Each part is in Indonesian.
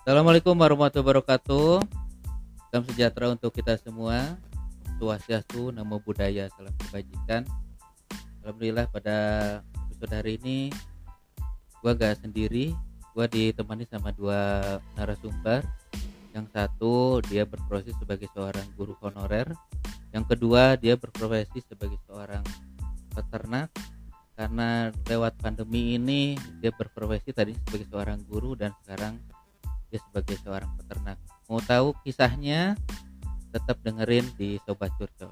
Assalamualaikum warahmatullahi wabarakatuh. Salam sejahtera untuk kita semua. Swastiastu, namo buddhaya, salam kebajikan. Alhamdulillah pada episode hari ini gua gak sendiri, gua ditemani sama dua narasumber. Yang satu dia berprofesi sebagai seorang guru honorer, yang kedua dia berprofesi sebagai seorang peternak. Karena lewat pandemi ini dia berprofesi tadi sebagai seorang guru dan sekarang dia sebagai seorang peternak. Mau tahu kisahnya? Tetap dengerin di Sobat Curcol.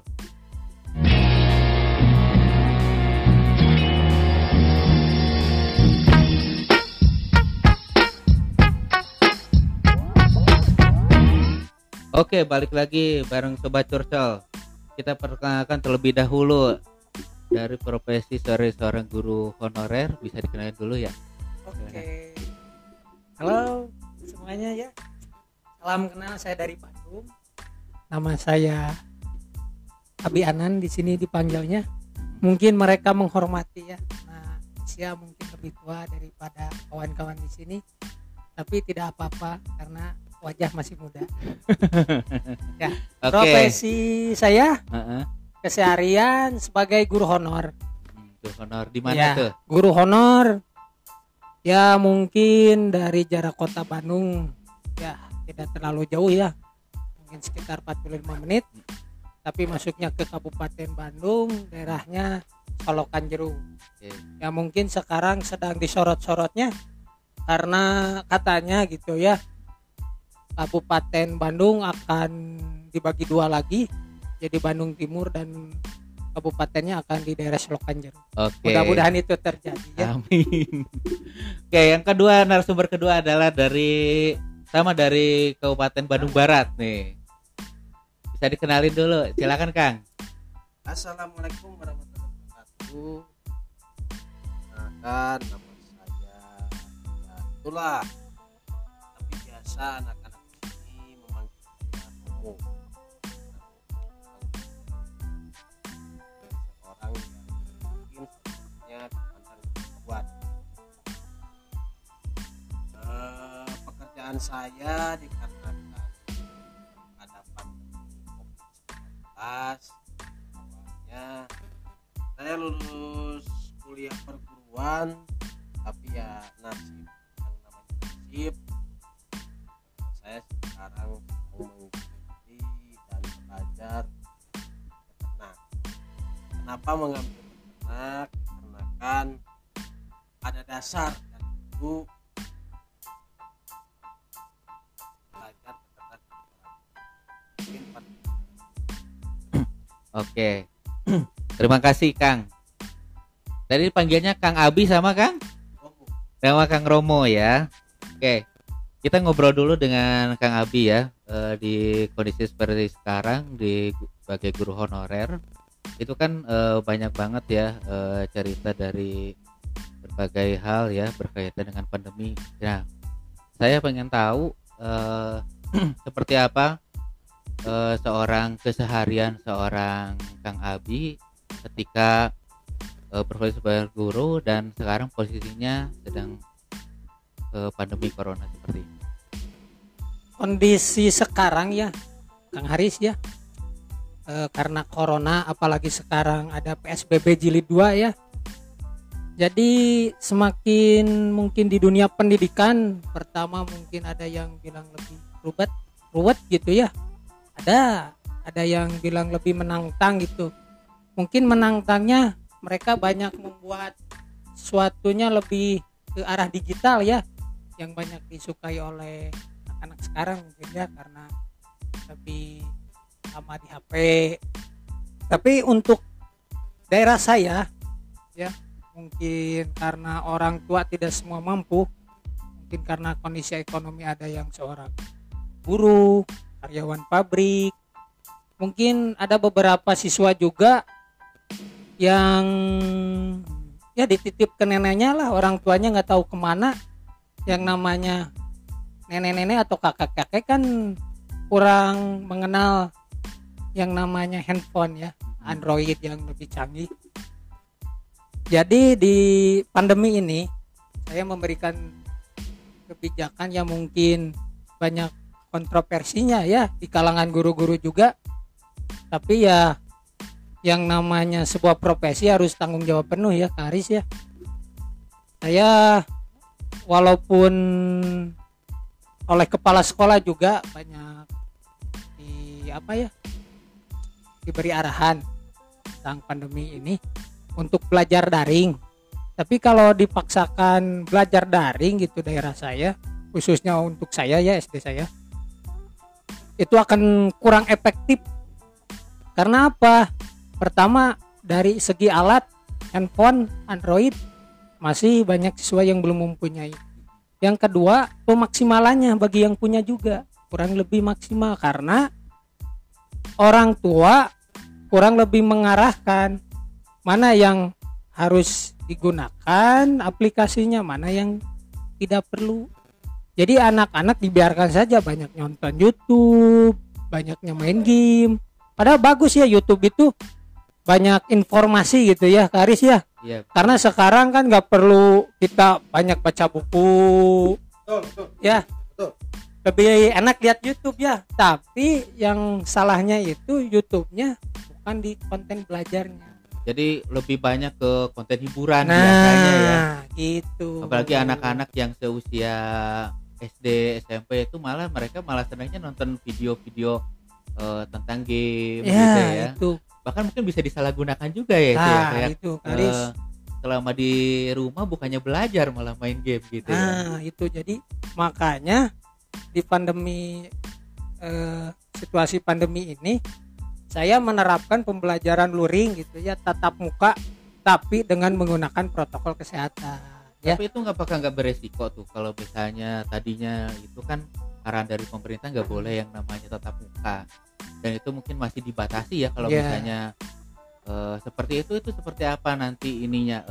Oke, balik lagi bareng Sobat Curcol. Kita perkenalkan terlebih dahulu dari profesi seorang guru honorer. Bisa dikenalin dulu ya. Oke. Halo semuanya ya. Salam kenal, saya dari Bandung. Nama saya Abi Anan, di sini dipanggilnya. Mungkin mereka menghormati ya. Nah, usia mungkin lebih tua daripada kawan-kawan di sini. Tapi tidak apa-apa karena wajah masih muda. Ya, Oke. profesi saya keseharian sebagai guru honor. Guru honor di mana Ya, tuh? guru honor. Ya mungkin dari jarak kota Bandung ya tidak terlalu jauh ya, mungkin sekitar 45 menit, tapi masuknya ke Kabupaten Bandung, daerahnya Solokan Jeruk. Oke. Ya mungkin sekarang sedang disorot-sorotnya karena katanya gitu ya, Kabupaten Bandung akan dibagi dua lagi, jadi Bandung Timur dan kabupatennya akan di daerah Solokan Jeruk. Oke. Mudah-mudahan itu terjadi ya. Amin. Oke, yang kedua, narasumber kedua adalah dari Kabupaten Bandung Barat nih. Bisa dikenalin dulu, silakan Kang. Assalamualaikum warahmatullahi wabarakatuh. Nah, nama saya ya itulah, tapi biasa anak-anak di sini memanggil saya Romo. Seorang yang mungkin sebenarnya dipandang kuat. Pekerjaan saya dikarenakan ada pandemi COVID-19. Awalnya saya lulus kuliah perguruan, tapi ya nasib, yang namanya nasib, saya sekarang mau mengikuti dan belajar peternak. Kenapa mengambil peternak? Karena kan ada dasar dan ibu belajar peternak. Mungkin Oke. Terima kasih Kang. Tadi panggilnya Kang Abi sama Kang? Sama Kang Romo ya. Oke. Kita ngobrol dulu dengan Kang Abi ya. Di kondisi seperti sekarang sebagai guru honorer itu kan banyak banget ya cerita dari berbagai hal ya berkaitan dengan pandemi. Nah, saya pengen tahu seperti apa keseharian seorang Kang Abi ketika berprofesi sebagai guru dan sekarang posisinya sedang pandemi corona seperti ini. Kondisi sekarang ya Kang Haris ya, karena corona, apalagi sekarang ada PSBB jilid 2 ya, jadi semakin mungkin di dunia pendidikan, pertama mungkin ada yang bilang lebih ruwet gitu ya, ada yang bilang lebih menantang gitu. Mungkin menantangnya mereka banyak membuat sesuatunya lebih ke arah digital ya, yang banyak disukai oleh anak sekarang mungkin ya, karena lebih lama di HP. Tapi untuk daerah saya ya, mungkin karena orang tua tidak semua mampu, mungkin karena kondisi ekonomi, ada yang seorang guru, karyawan pabrik, mungkin ada beberapa siswa juga yang ya dititip ke neneknya lah, orang tuanya nggak tahu kemana. Yang namanya nenek-nenek atau kakek-kakek kan kurang mengenal yang namanya handphone ya, Android yang lebih canggih. Jadi di pandemi ini saya memberikan kebijakan yang mungkin banyak kontroversinya ya di kalangan guru-guru juga. Tapi ya yang namanya sebuah profesi harus tanggung jawab penuh ya Kak Aris ya. Saya walaupun oleh kepala sekolah juga banyak diberi arahan tentang pandemi ini untuk belajar daring. Tapi kalau dipaksakan belajar daring gitu daerah saya, khususnya untuk saya ya SD saya, itu akan kurang efektif. Karena apa? Pertama dari segi alat, handphone, Android masih banyak siswa yang belum mempunyai. Yang kedua, pemaksimalannya bagi yang punya juga kurang lebih maksimal karena orang tua kurang lebih mengarahkan mana yang harus digunakan aplikasinya, mana yang tidak perlu. Jadi anak-anak dibiarkan saja banyak nonton YouTube, banyaknya main game. Padahal bagus ya YouTube itu banyak informasi gitu ya Kak Aris ya. Iya. Karena sekarang kan nggak perlu kita banyak baca buku. Ya. Lebih enak lihat YouTube ya. Tapi yang salahnya itu YouTube-nya bukan di konten belajarnya. Jadi lebih banyak ke konten hiburan Nah, biasanya ya. Gitu. Apalagi anak-anak yang seusia SD, SMP itu mereka malah senangnya nonton video-video tentang game Ya, gitu ya. itu. Bahkan mungkin bisa disalahgunakan juga ya itu ya, Nah, kayak itu Kak Aris. selama di rumah bukannya belajar malah main game gitu ya. Nah, itu jadi makanya di pandemi situasi pandemi ini saya menerapkan pembelajaran luring gitu ya, tatap muka tapi dengan menggunakan protokol kesehatan ya. Tapi itu apakah nggak beresiko tuh kalau misalnya tadinya itu kan arahan dari pemerintah nggak boleh yang namanya tatap muka, dan itu mungkin masih dibatasi ya kalau Ya. misalnya seperti itu seperti apa nanti ininya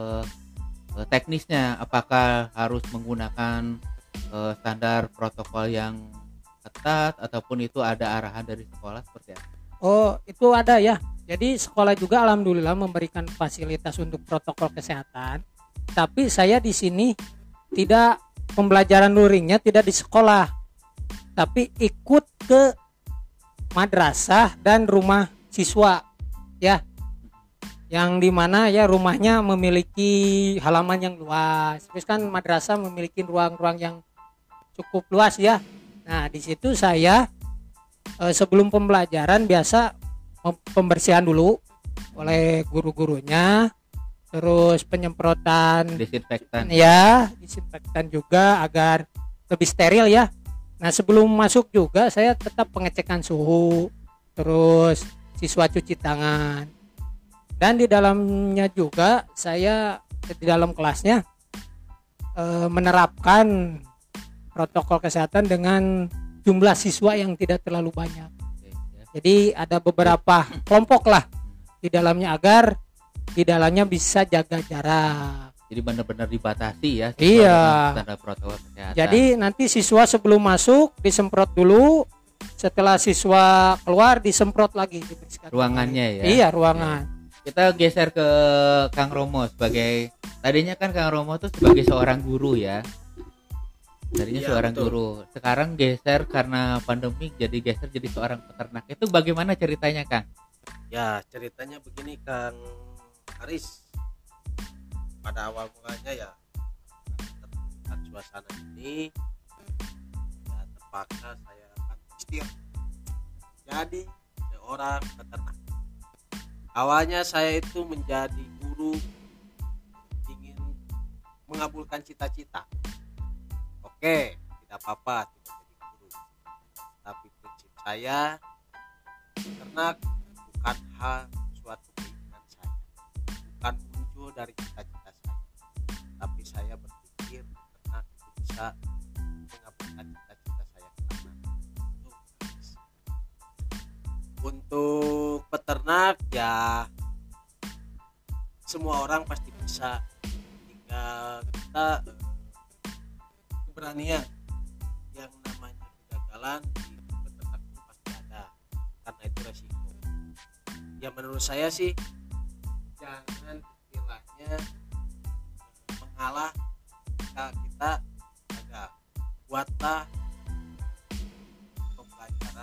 teknisnya, apakah harus menggunakan standar protokol yang ketat ataupun itu ada arahan dari sekolah seperti apa? Oh, itu ada ya. Jadi sekolah juga alhamdulillah memberikan fasilitas untuk protokol kesehatan. Tapi saya di sini tidak, pembelajaran luringnya tidak di sekolah, tapi ikut ke madrasah dan rumah siswa ya, yang dimana ya rumahnya memiliki halaman yang luas. Terus kan madrasah memiliki ruang-ruang yang cukup luas ya. Nah di situ saya sebelum pembelajaran biasa pembersihan dulu oleh guru-gurunya, terus penyemprotan Desinfektan. ya, disinfektan juga agar lebih steril ya. Nah sebelum masuk juga saya tetap pengecekan suhu, terus siswa cuci tangan, dan di dalamnya juga saya di dalam kelasnya menerapkan protokol kesehatan dengan jumlah siswa yang tidak terlalu banyak. Jadi ada beberapa kelompok lah di dalamnya agar di dalamnya bisa jaga jarak. Jadi benar-benar dibatasi ya. Iya. Standar protokol kesehatan. Jadi nanti siswa sebelum masuk disemprot dulu, setelah siswa keluar disemprot lagi dibersihkan ruangannya ya. Iya, ruangan. Kita geser ke Kang Romo sebagai, tadinya kan Kang Romo tuh sebagai seorang guru ya. Tadinya Iya, seorang betul. guru. Sekarang geser karena pandemi jadi seorang peternak. Itu bagaimana ceritanya, Kang? Ya, ceritanya begini Kang Aris. Pada awal mulanya ya terlihat suasana ini ya terpaksa saya akan istir jadi seorang peternak. Awalnya saya itu menjadi guru, ingin mengabulkan cita-cita. Oke, tidak apa-apa tidak jadi guru. Tapi prinsip saya, ternak bukan hal suatu keinginan saya, bukan muncul dari cita-cita saya, tapi saya berpikir ternak itu bisa mengabulkan cita-cita saya ke ternak. Untuk peternak ya semua orang pasti bisa, tinggal kita keberanian. Yang namanya kegagalan di peternak itu pasti ada, karena itu resiko. Ya menurut saya sih jangan istilahnya mengalah jika kita gagal. Buatlah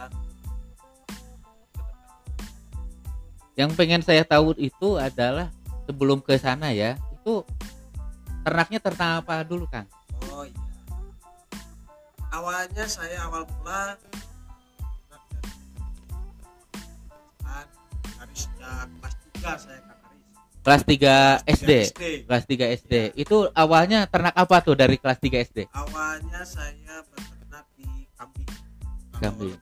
pelihara ke depan. Yang pengen saya tahu itu adalah sebelum ke sana ya, itu ternaknya ternak apa dulu Kang? Oh iya, awalnya saya awal mula ternak dari dari sejak kelas 3 saya Kang Haris. Kelas 3 SD. SD. Kelas 3 SD. Itu awalnya ternak apa tuh dari kelas 3 SD? Awalnya saya beternak di kambing. Kambing.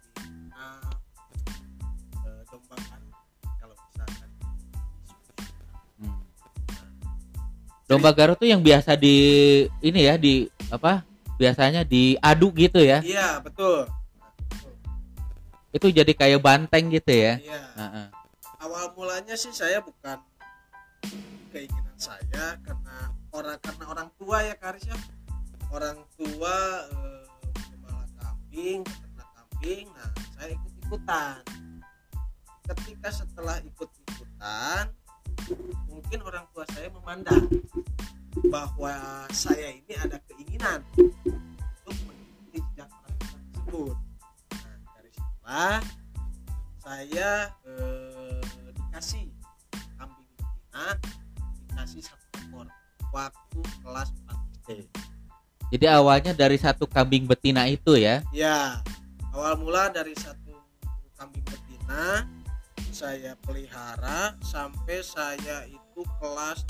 Domba kan kalau misalkan Hmm. Domba Garut tuh yang biasa di ini ya, di apa? Biasanya diadu gitu ya. iya betul. Itu jadi kayak banteng gitu ya. Iya. Heeh. Awal mulanya sih saya bukan keinginan saya karena orang tua ya Karis ya. Orang tua gembala kambing, peternak kambing. Nah, saya ikut-ikutan. Ketika setelah ikut-ikutan, mungkin orang tua saya memandang bahwa saya ini ada keinginan untuk mengikuti jejak orang tua tersebut. Nah, dari situlah saya dikasih kambing betina, dikasih 1 ekor waktu kelas 4 SD. Jadi awalnya dari satu kambing betina itu ya. Ya, awal mula dari 1 kambing betina saya pelihara sampai saya itu kelas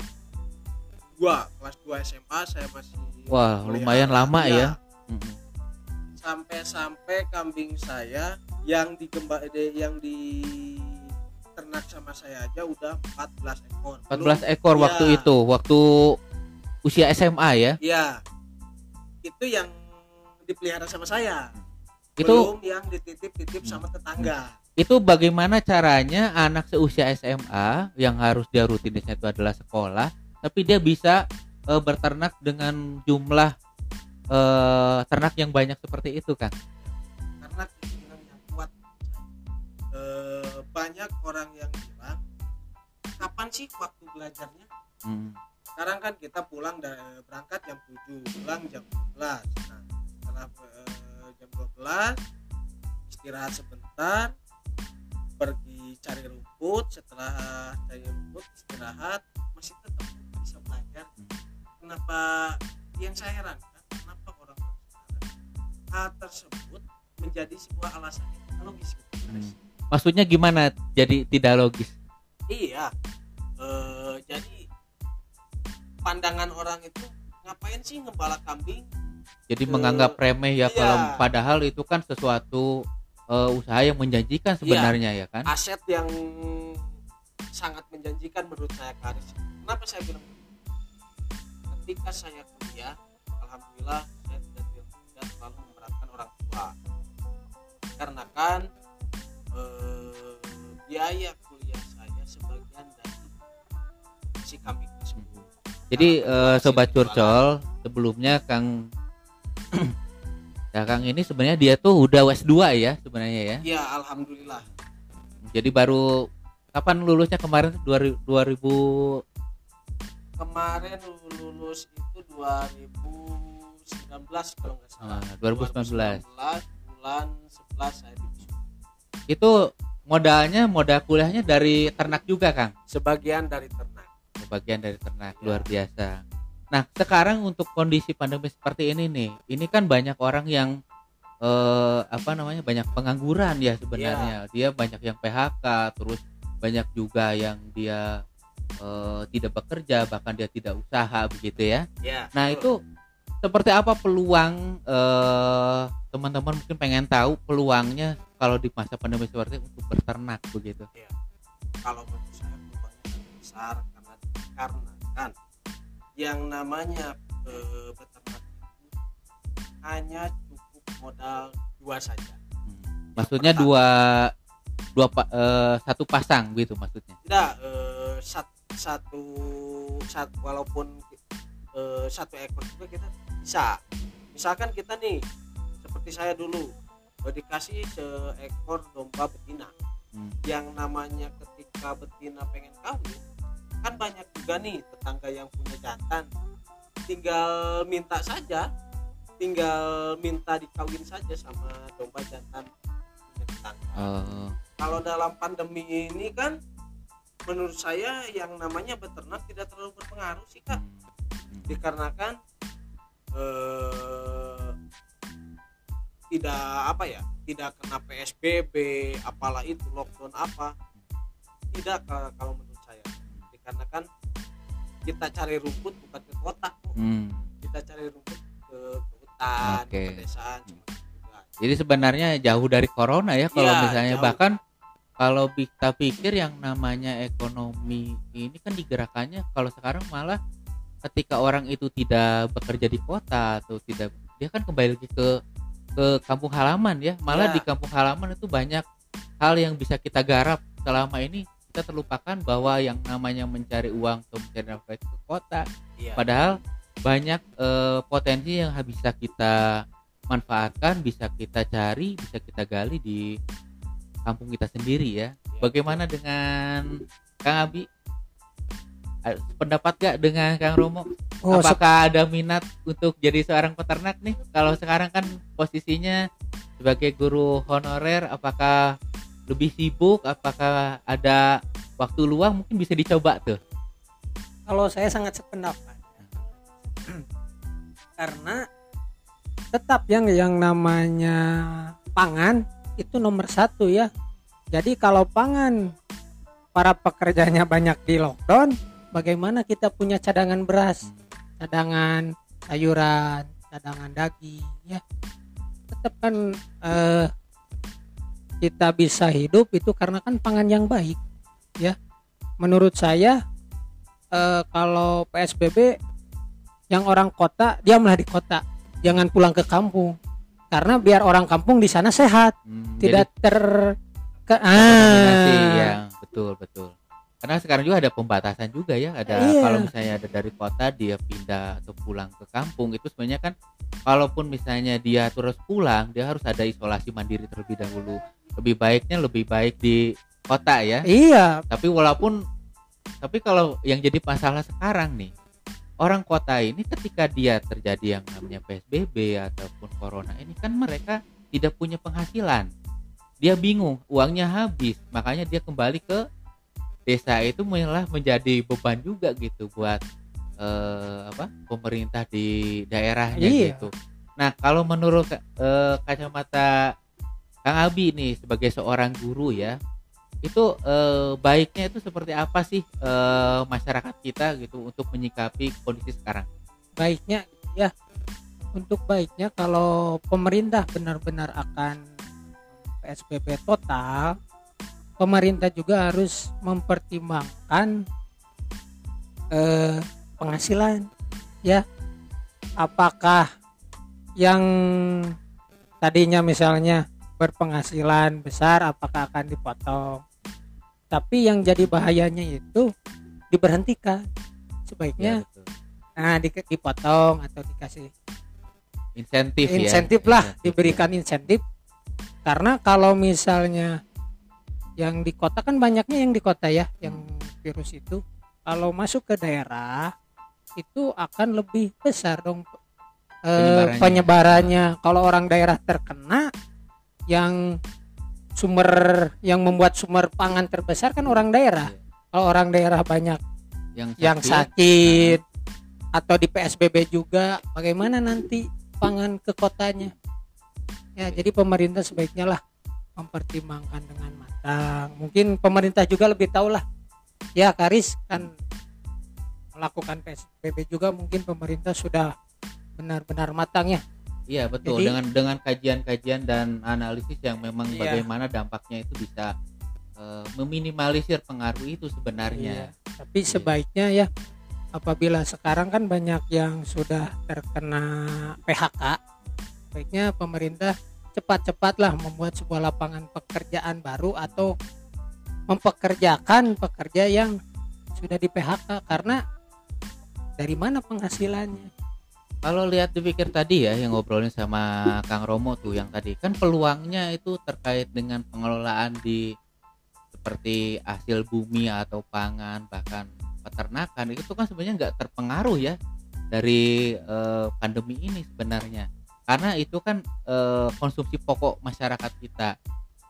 2 SMA saya masih Wah, pelihara. lumayan lama ya. Mm-mm. Sampai kambing saya yang ternak sama saya aja udah 14 ekor. 14 ekor Ya. waktu itu, waktu usia SMA ya. Iya. Itu yang dipelihara sama saya. Itu Belum yang dititip-titip sama tetangga. itu bagaimana caranya anak seusia SMA yang harus dia rutinitas itu adalah sekolah, tapi dia bisa berternak dengan jumlah ternak yang banyak seperti itu kan? Karena keinginan yang kuat. Banyak orang yang bilang, kapan sih waktu belajarnya? Sekarang kan kita pulang berangkat jam 7, pulang jam 12. Nah, setelah jam 12 istirahat sebentar, pergi cari rumput, setelah cari rumput istirahat, masih tetap bisa belajar. Kenapa yang saya herankan, kenapa orang-orang sekarang hal tersebut menjadi sebuah alasan yang tidak logis gitu. Maksudnya gimana jadi tidak logis? Iya, jadi pandangan orang itu ngapain sih ngembala kambing? Jadi menganggap remeh ya, iya. kalau padahal itu kan sesuatu usaha yang menjanjikan sebenarnya ya kan? Aset yang sangat menjanjikan menurut saya Karis. Kenapa saya bilang begitu? Ketika saya kuliah, alhamdulillah saya tidak terlalu memberatkan orang tua. Karena kan biaya kuliah saya sebagian dari si kambing tersebut. Jadi sobat jualan. curcol, sebelumnya Kang ya Kang ini sebenarnya dia tuh udah S2 ya sebenarnya ya. Iya, alhamdulillah. Jadi baru kapan lulusnya kemarin? 2000 Kemarin lulus itu 2019 kalau nggak salah. 2019. Bulan 11 saya wisuda. Itu modal kuliahnya dari ternak juga Kang. Sebagian dari ternak. Bagian dari ternak, Ya. luar biasa. Nah sekarang untuk kondisi pandemi seperti ini nih, ini kan banyak orang yang banyak pengangguran ya sebenarnya. Dia banyak yang PHK, terus banyak juga yang dia tidak bekerja, bahkan dia tidak usaha begitu ya. Ya. Nah itu seperti apa peluang teman-teman mungkin pengen tahu peluangnya kalau di masa pandemi seperti ini untuk berternak begitu. Kalau menurut saya peluangnya sangat besar karena kan yang namanya beternak itu hanya cukup modal 2 saja. Maksudnya satu pasang gitu maksudnya. Tidak, satu walaupun 1 ekor juga kita bisa. Misalkan kita nih seperti saya dulu dikasih seekor domba betina. Yang namanya ketika betina pengen kawin kan banyak juga nih tetangga yang punya jantan, tinggal minta dikawin saja sama domba jantan punya tetangga. Kalau dalam pandemi ini kan menurut saya yang namanya beternak tidak terlalu berpengaruh sih Kak, dikarenakan tidak kena PSBB apalah itu lockdown apa, tidak kalau menurut saya, dikarenakan kita cari rumput bukan ke kota kok. Kita cari rumput ke hutan, ke pedesaan. Jadi sebenarnya jauh dari corona ya kalau misalnya jauh. Bahkan kalau kita pikir yang namanya ekonomi ini kan digerakkannya kalau sekarang malah ketika orang itu tidak bekerja di kota atau tidak, dia kan kembali lagi ke kampung halaman ya, malah di kampung halaman itu banyak hal yang bisa kita garap. Selama ini kita terlupakan bahwa yang namanya mencari uang atau mencari nafkah ke kota, padahal banyak potensi yang bisa kita manfaatkan, bisa kita cari, bisa kita gali di kampung kita sendiri ya. Bagaimana dengan Kang Abi? Pendapat gak dengan Kang Romo? Apakah ada minat untuk jadi seorang peternak nih? Kalau sekarang kan posisinya sebagai guru honorer, apakah lebih sibuk? Apakah ada waktu luang? Mungkin bisa dicoba tuh. Kalau saya sangat sependapat. Karena tetap yang namanya pangan itu nomor satu ya. Jadi kalau pangan para pekerjanya banyak di lockdown, bagaimana kita punya cadangan beras, cadangan sayuran, cadangan daging ya. Tetap kan kita bisa hidup itu karena kan pangan yang baik ya. Menurut saya kalau PSBB yang orang kota diamlah di kota, jangan pulang ke kampung, karena biar orang kampung di sana sehat, tidak ya, betul. Karena sekarang juga ada pembatasan juga ya, ada kalau misalnya ada dari kota dia pindah atau pulang ke kampung, itu sebenarnya kan kalaupun misalnya dia terus pulang, dia harus ada isolasi mandiri terlebih dahulu. Lebih baik di kota ya. Iya. Tapi kalau yang jadi masalah sekarang nih, orang kota ini ketika dia terjadi yang namanya PSBB ataupun corona ini kan mereka tidak punya penghasilan. Dia bingung, uangnya habis, makanya dia kembali ke desa. Itu malah menjadi beban juga gitu buat pemerintah di daerahnya gitu. Nah, kalau menurut kacamata Kang Abi nih sebagai seorang guru ya, itu baiknya itu seperti apa sih masyarakat kita gitu untuk menyikapi kondisi sekarang? Baiknya ya, untuk baiknya kalau pemerintah benar-benar akan PSBB total, pemerintah juga harus mempertimbangkan penghasilan ya. Apakah yang tadinya misalnya berpenghasilan besar apakah akan dipotong? Tapi yang jadi bahayanya itu diberhentikan. Sebaiknya dipotong atau dikasih insentif lah, diberikan insentif. Karena kalau misalnya yang di kota kan banyaknya yang di kota ya, yang virus itu kalau masuk ke daerah itu akan lebih besar dong penyebarannya. Kalau orang daerah terkena, yang membuat sumber pangan terbesar kan orang daerah. Kalau orang daerah banyak yang sakit atau di PSBB juga, bagaimana nanti pangan ke kotanya ya. Jadi pemerintah sebaiknya lah mempertimbangkan dengan matang. Mungkin pemerintah juga lebih tahu lah ya, Karis kan melakukan PSBB juga, mungkin pemerintah sudah benar-benar matang ya. Iya betul. Jadi, dengan kajian-kajian dan analisis yang memang bagaimana dampaknya itu bisa meminimalisir pengaruh itu sebenarnya. Tapi sebaiknya ya, apabila sekarang kan banyak yang sudah terkena PHK, baiknya pemerintah cepat-cepatlah membuat sebuah lapangan pekerjaan baru atau mempekerjakan pekerja yang sudah di PHK, karena dari mana penghasilannya? Kalau lihat dipikir tadi ya yang ngobrolin sama Kang Romo tuh yang tadi kan peluangnya itu terkait dengan pengelolaan di seperti hasil bumi atau pangan, bahkan peternakan, itu kan sebenarnya nggak terpengaruh ya dari pandemi ini sebenarnya, karena itu kan konsumsi pokok masyarakat kita.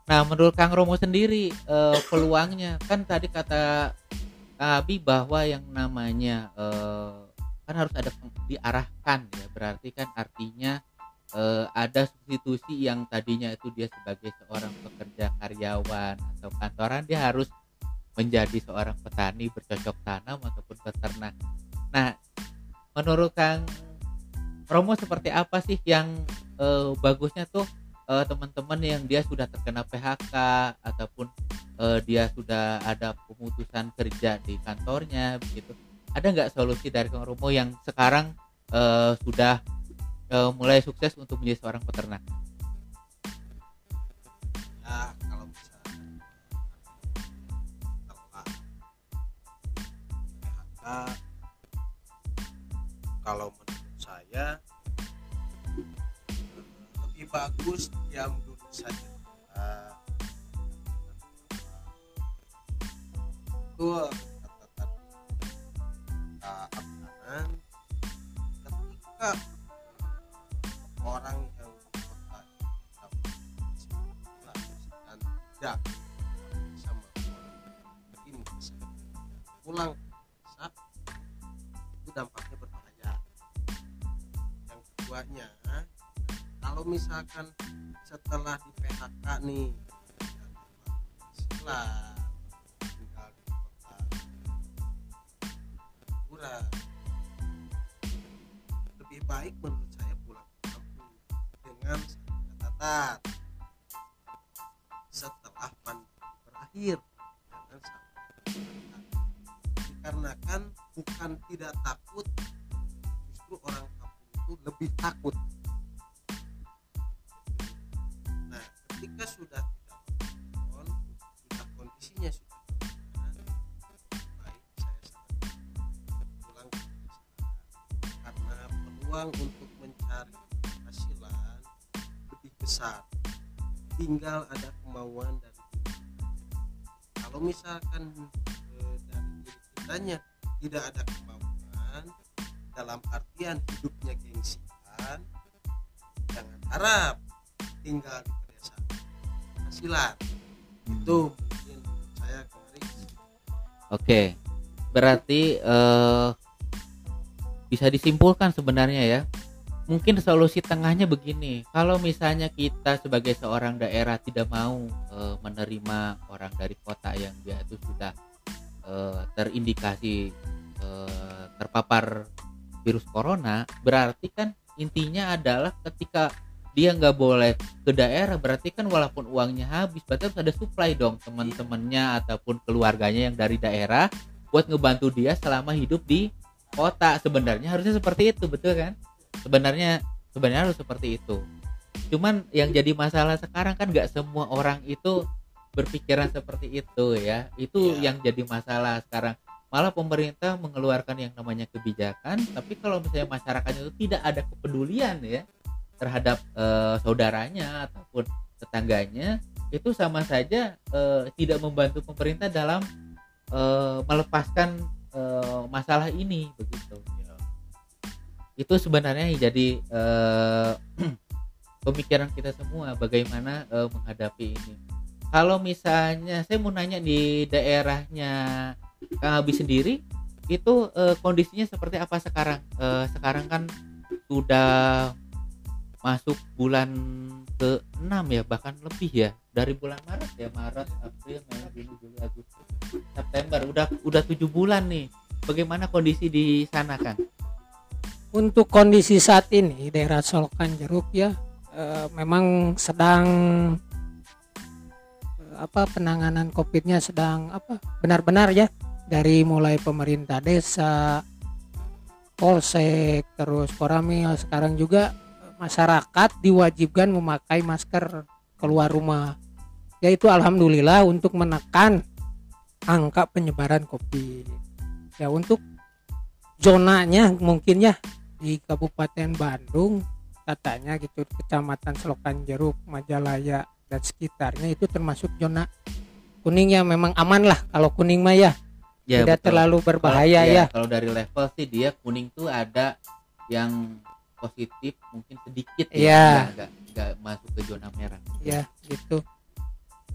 Nah, menurut Kang Romo sendiri peluangnya kan tadi kata Kak Abi bahwa yang namanya kan harus ada diarahkan ya, berarti kan artinya ada substitusi yang tadinya itu dia sebagai seorang pekerja karyawan atau kantoran, dia harus menjadi seorang petani bercocok tanam ataupun peternak. Nah, menurut Kang Romo seperti apa sih yang bagusnya tuh teman-teman yang dia sudah terkena PHK ataupun dia sudah ada pemutusan kerja di kantornya begitu, ada nggak solusi dari Kang Romo yang sekarang sudah mulai sukses untuk menjadi seorang peternak? Ya, kalau misalnya setelah PHK, kalau menurut saya lebih bagus diam dulu saja. Itu kata tadi Kak Abdanan, ketika orang yang di kota dan tidak bisa melakukan bisa pulang ke desa, itu dampaknya berbahaya. Yang keduanya, kalau misalkan setelah di PHK nih setelah tinggal di kota liburan, lebih baik menurut saya pulang ke kampung dengan catatan setelah pandemi berakhir, jangan sampai dikarenakan bukan tidak takut, justru orang kampung itu lebih takut. Nah, ketika sudah tidak lockdown, sudah kondisinya sudah aman, baik saya sarankan pulang ke desa, karena peluang untuk mencari penghasilan lebih besar, tinggal ada kemauan dari diri. Kalau misalkan dari diri kitanya tidak ada kemauan, dalam artian hidupnya gengsian, jangan harap tinggal di pedesaan penghasilan. Itu mungkin saya kemarin. Oke, berarti bisa disimpulkan sebenarnya ya, mungkin solusi tengahnya begini. Kalau misalnya kita sebagai seorang daerah tidak mau menerima orang dari kota yang dia itu sudah terindikasi terpapar virus corona, berarti kan intinya adalah ketika dia nggak boleh ke daerah, berarti kan walaupun uangnya habis, berarti harus ada supply dong teman-temannya ataupun keluarganya yang dari daerah buat ngebantu dia selama hidup di kota. Sebenarnya harusnya seperti itu, betul kan? Sebenarnya harus seperti itu. Cuman yang jadi masalah sekarang kan nggak semua orang itu berpikiran seperti itu ya. Itu yang jadi masalah sekarang. Malah pemerintah mengeluarkan yang namanya kebijakan, tapi kalau misalnya masyarakatnya itu tidak ada kepedulian ya terhadap saudaranya ataupun tetangganya, itu sama saja tidak membantu pemerintah dalam melepaskan masalah ini begitu. Itu sebenarnya jadi pemikiran kita semua bagaimana menghadapi ini. Kalau misalnya saya mau nanya di daerahnya Kang Abi sendiri, itu kondisinya seperti apa sekarang? Sekarang kan sudah masuk bulan ke-6 ya, bahkan lebih ya, dari bulan Maret ya, Maret, April, Mei, Juni, Juli, Agustus, September, udah 7 bulan nih. Bagaimana kondisi di sana, Kang? Untuk kondisi saat ini daerah Solokan Jeruk ya, memang sedang penanganan COVID-nya sedang benar-benar ya, dari mulai pemerintah desa, Polsek, terus Koramil, sekarang juga masyarakat diwajibkan memakai masker keluar rumah. Yaitu alhamdulillah untuk menekan angka penyebaran COVID. Ya, untuk zonanya mungkin ya di Kabupaten Bandung katanya gitu, Kecamatan Selokan Jeruk, Majalaya dan sekitarnya itu termasuk zona kuning ya, memang aman lah kalau kuning mah ya. Ya, tidak betul. Terlalu berbahaya ya. Kalau dari level sih dia kuning tuh ada yang positif mungkin sedikit ya, nggak masuk ke zona merah. Ya gitu.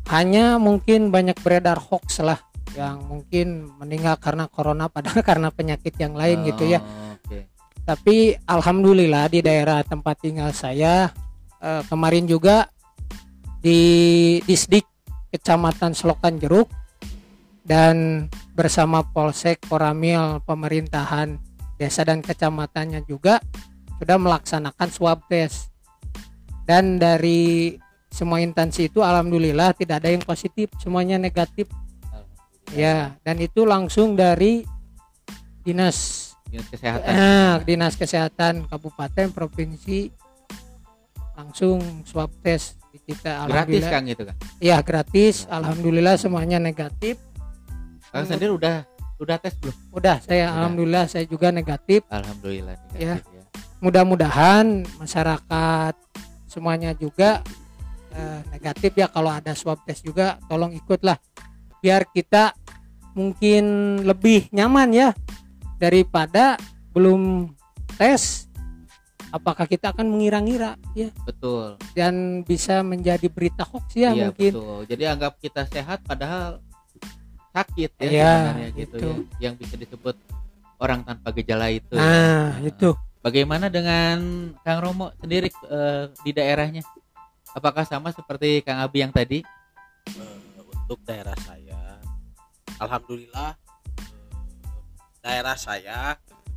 Hanya mungkin banyak beredar hoax lah yang mungkin meninggal karena corona padahal karena penyakit yang lain gitu ya. Okay. Tapi alhamdulillah di daerah tempat tinggal saya kemarin juga di Disdik Kecamatan Selokan Jeruk dan bersama Polsek, Koramil, pemerintahan desa dan kecamatannya juga sudah melaksanakan swab test. Dan dari semua instansi itu alhamdulillah tidak ada yang positif, semuanya negatif. Ya, dan itu langsung dari dinas kesehatan. Dinas Kesehatan Kabupaten Provinsi langsung swab test di kita. Gratis Kang gitu kan? Iya, gratis. Alhamdulillah semuanya negatif. Kang sendiri udah tes belum? Udah, alhamdulillah saya juga negatif. Alhamdulillah negatif ya. ya. Mudah-mudahan masyarakat semuanya juga negatif ya. Kalau ada swab test juga tolong ikutlah biar kita mungkin lebih nyaman ya daripada belum tes. Apakah kita akan mengira-ngira ya? Betul. Dan bisa menjadi berita hoax ya, iya, mungkin. Betul. Jadi anggap kita sehat padahal sakit ya, sebenarnya gitu itu. Ya. Yang bisa disebut orang tanpa gejala itu. Nah, itu. Bagaimana dengan Kang Romo sendiri di daerahnya? Apakah sama seperti Kang Abi yang tadi? Untuk daerah saya, alhamdulillah daerah saya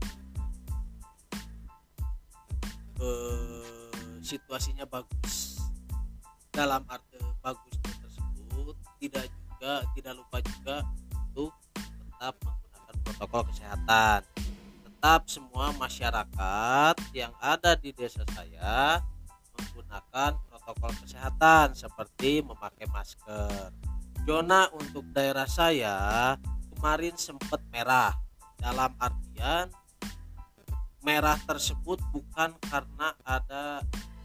situasinya bagus. Dalam arti bagusnya tersebut tidak lupa juga untuk tetap menggunakan protokol kesehatan. Tetap semua masyarakat yang ada di desa saya menggunakan protokol kesehatan seperti memakai masker. Zona untuk daerah saya kemarin sempat merah, dalam artian merah tersebut bukan karena ada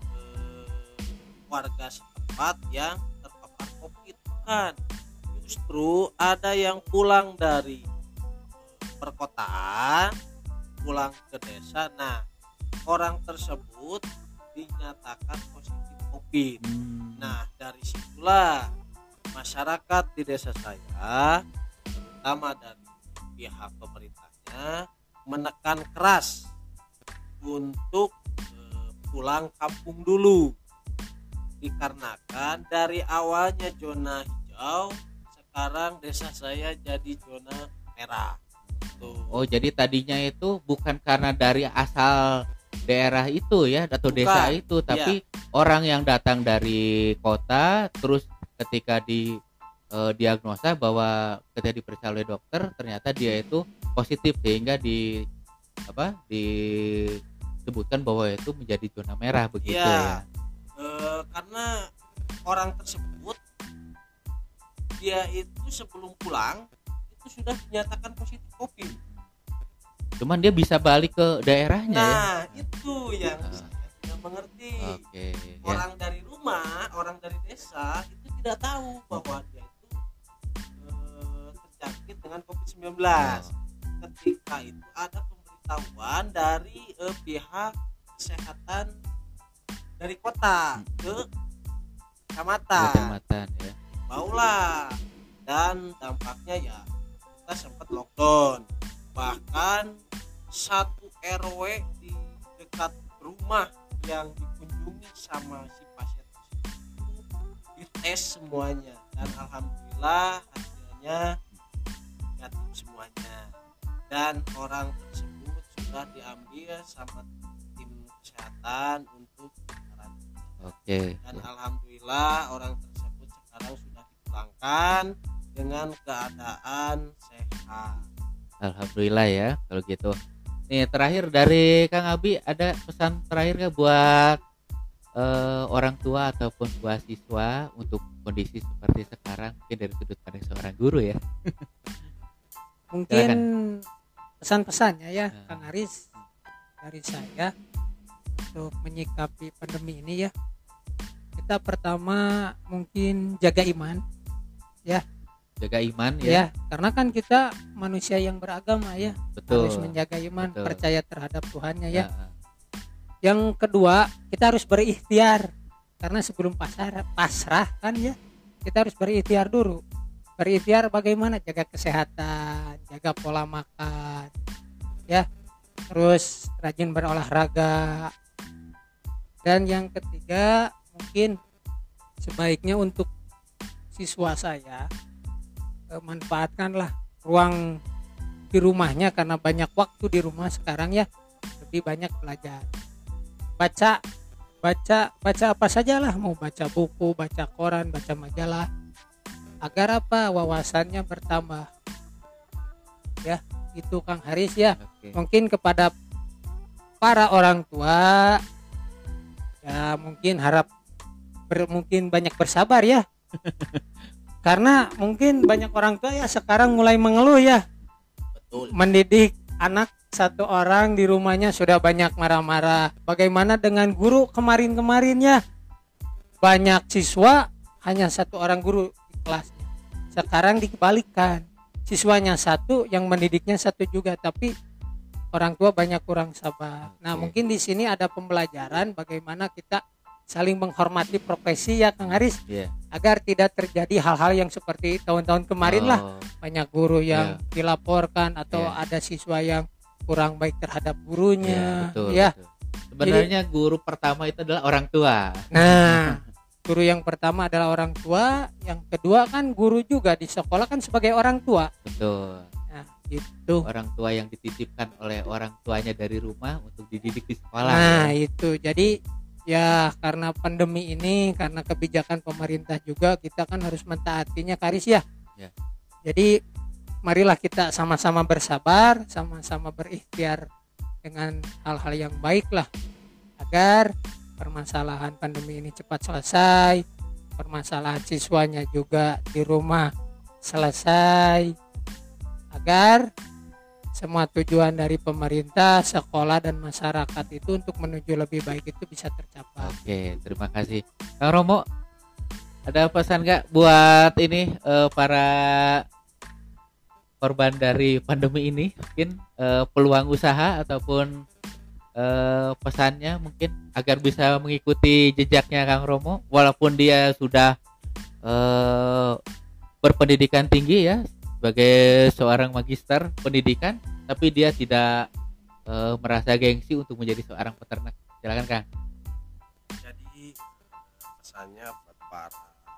warga setempat yang terpapar COVID, bukan. Justru ada yang pulang dari perkotaan, pulang ke desa. Nah, orang tersebut dinyatakan positif COVID. Nah, dari situlah masyarakat di desa saya, terutama dari pihak pemerintahnya, menekan keras untuk pulang kampung dulu, dikarenakan dari awalnya zona hijau, sekarang desa saya jadi zona merah. Tuh. Oh, jadi tadinya itu bukan karena dari asal daerah itu ya atau Bukan. Desa itu, tapi orang yang datang dari kota terus ketika diagnosa bahwa ketika diperiksa oleh dokter ternyata dia itu positif sehingga disebutkan bahwa itu menjadi zona merah begitu ya. Karena orang tersebut dia itu sebelum pulang itu sudah dinyatakan positif COVID. Cuman dia bisa balik ke daerahnya ya. Nah, itu yang saya tidak mengerti. Oke, orang dari rumah, orang dari desa itu tidak tahu bahwa dia itu terjangkit dengan COVID-19. Ketika itu ada pemberitahuan dari pihak kesehatan dari kota ke kecamatan ya. Baulah, dan dampaknya ya kita sempat lockdown. Bahkan satu RW di dekat rumah yang dikunjungi sama si pasien tersebut dites semuanya, dan alhamdulillah hasilnya negatif semuanya, dan orang tersebut sudah diambil sama tim kesehatan untuk karantina. Oke. Dan alhamdulillah orang tersebut sekarang sudah dipulangkan dengan keadaan sehat. Alhamdulillah ya kalau gitu. Nih terakhir dari Kang Abi, ada pesan terakhir gak buat orang tua ataupun buat siswa untuk kondisi seperti sekarang, mungkin dari sudut pandang seorang guru ya? Mungkin pesan-pesannya ya Kang Aris dari saya untuk menyikapi pandemi ini ya, kita pertama mungkin jaga iman ya. Jaga iman ya. Karena kan kita manusia yang beragama ya. Betul. Harus menjaga iman, Betul. percaya terhadap Tuhannya ya. Yang kedua, kita harus berikhtiar. Karena sebelum pasrah kan ya, kita harus berikhtiar dulu. Berikhtiar bagaimana? Jaga kesehatan, jaga pola makan, ya. Terus rajin berolahraga. Dan yang ketiga, mungkin sebaiknya untuk siswa saya manfaatkanlah ruang di rumahnya, karena banyak waktu di rumah sekarang ya, lebih banyak belajar. Baca apa sajalah, mau baca buku, baca koran, baca majalah, agar apa? Wawasannya bertambah. Ya, itu Kang Haris ya. Oke. Mungkin kepada para orang tua ya mungkin mungkin banyak bersabar ya. Karena mungkin banyak orang tua ya sekarang mulai mengeluh ya. Betul. Mendidik anak satu orang di rumahnya sudah banyak marah-marah. Bagaimana dengan guru kemarin-kemarin ya? Banyak siswa, hanya satu orang guru di kelasnya. Sekarang dikebalikan. Siswanya satu, yang mendidiknya satu juga, tapi orang tua banyak kurang sabar. Nah, mungkin di sini ada pembelajaran bagaimana kita saling menghormati profesi ya Kang Haris, agar tidak terjadi hal-hal yang seperti tahun-tahun kemarin lah, banyak guru yang dilaporkan atau ada siswa yang kurang baik terhadap gurunya. Betul. Sebenarnya Jadi, guru pertama itu adalah orang tua. Nah, guru yang pertama adalah orang tua, yang kedua kan guru juga di sekolah kan sebagai orang tua. Betul. Nah, itu. Orang tua yang dititipkan oleh orang tuanya dari rumah untuk dididik di sekolah. Nah, itu. Jadi ya karena pandemi ini, karena kebijakan pemerintah juga, kita kan harus mentaatinya Karis ya. Jadi marilah kita sama-sama bersabar, sama-sama berikhtiar dengan hal-hal yang baik lah, agar permasalahan pandemi ini cepat selesai, permasalahan siswanya juga di rumah selesai, agar semua tujuan dari pemerintah, sekolah dan masyarakat itu untuk menuju lebih baik itu bisa tercapai. Oke, terima kasih. Kang Romo, ada pesan nggak buat ini para korban dari pandemi ini? Mungkin peluang usaha ataupun pesannya mungkin agar bisa mengikuti jejaknya Kang Romo, walaupun dia sudah berpendidikan tinggi ya, sebagai seorang magister pendidikan, tapi dia tidak merasa gengsi untuk menjadi seorang peternak. Silakan Kang. Jadi pesannya buat para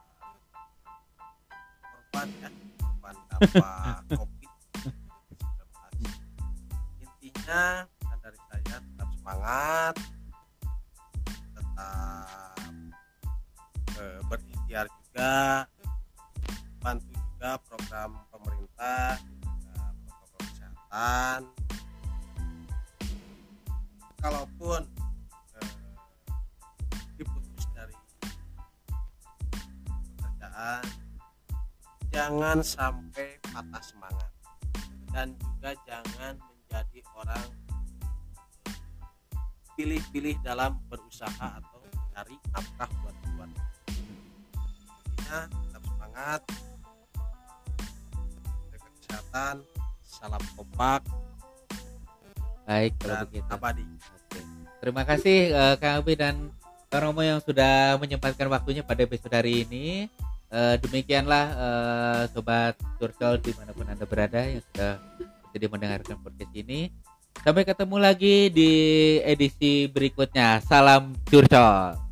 korban ya, korban dampak COVID-19. Intinya pesan dari saya, tetap semangat, tetap berikhtiar juga, bantu juga program pemerintah, juga protokol kesehatan. Kalaupun diputus dari pekerjaan, jangan sampai patah semangat, dan juga jangan menjadi orang pilih-pilih dalam berusaha atau mencari nafkah buat keluarga. Intinya tetap semangat, jaga kesehatan, salam kompak, Baik kalau dan begitu. abadi. Oke. Terima kasih Kang Abi dan Kang Romo yang sudah menyempatkan waktunya pada episode hari ini. Demikianlah sobat Curcol dimanapun Anda berada yang sudah jadi mendengarkan podcast ini. Sampai ketemu lagi di edisi berikutnya. Salam Curcol.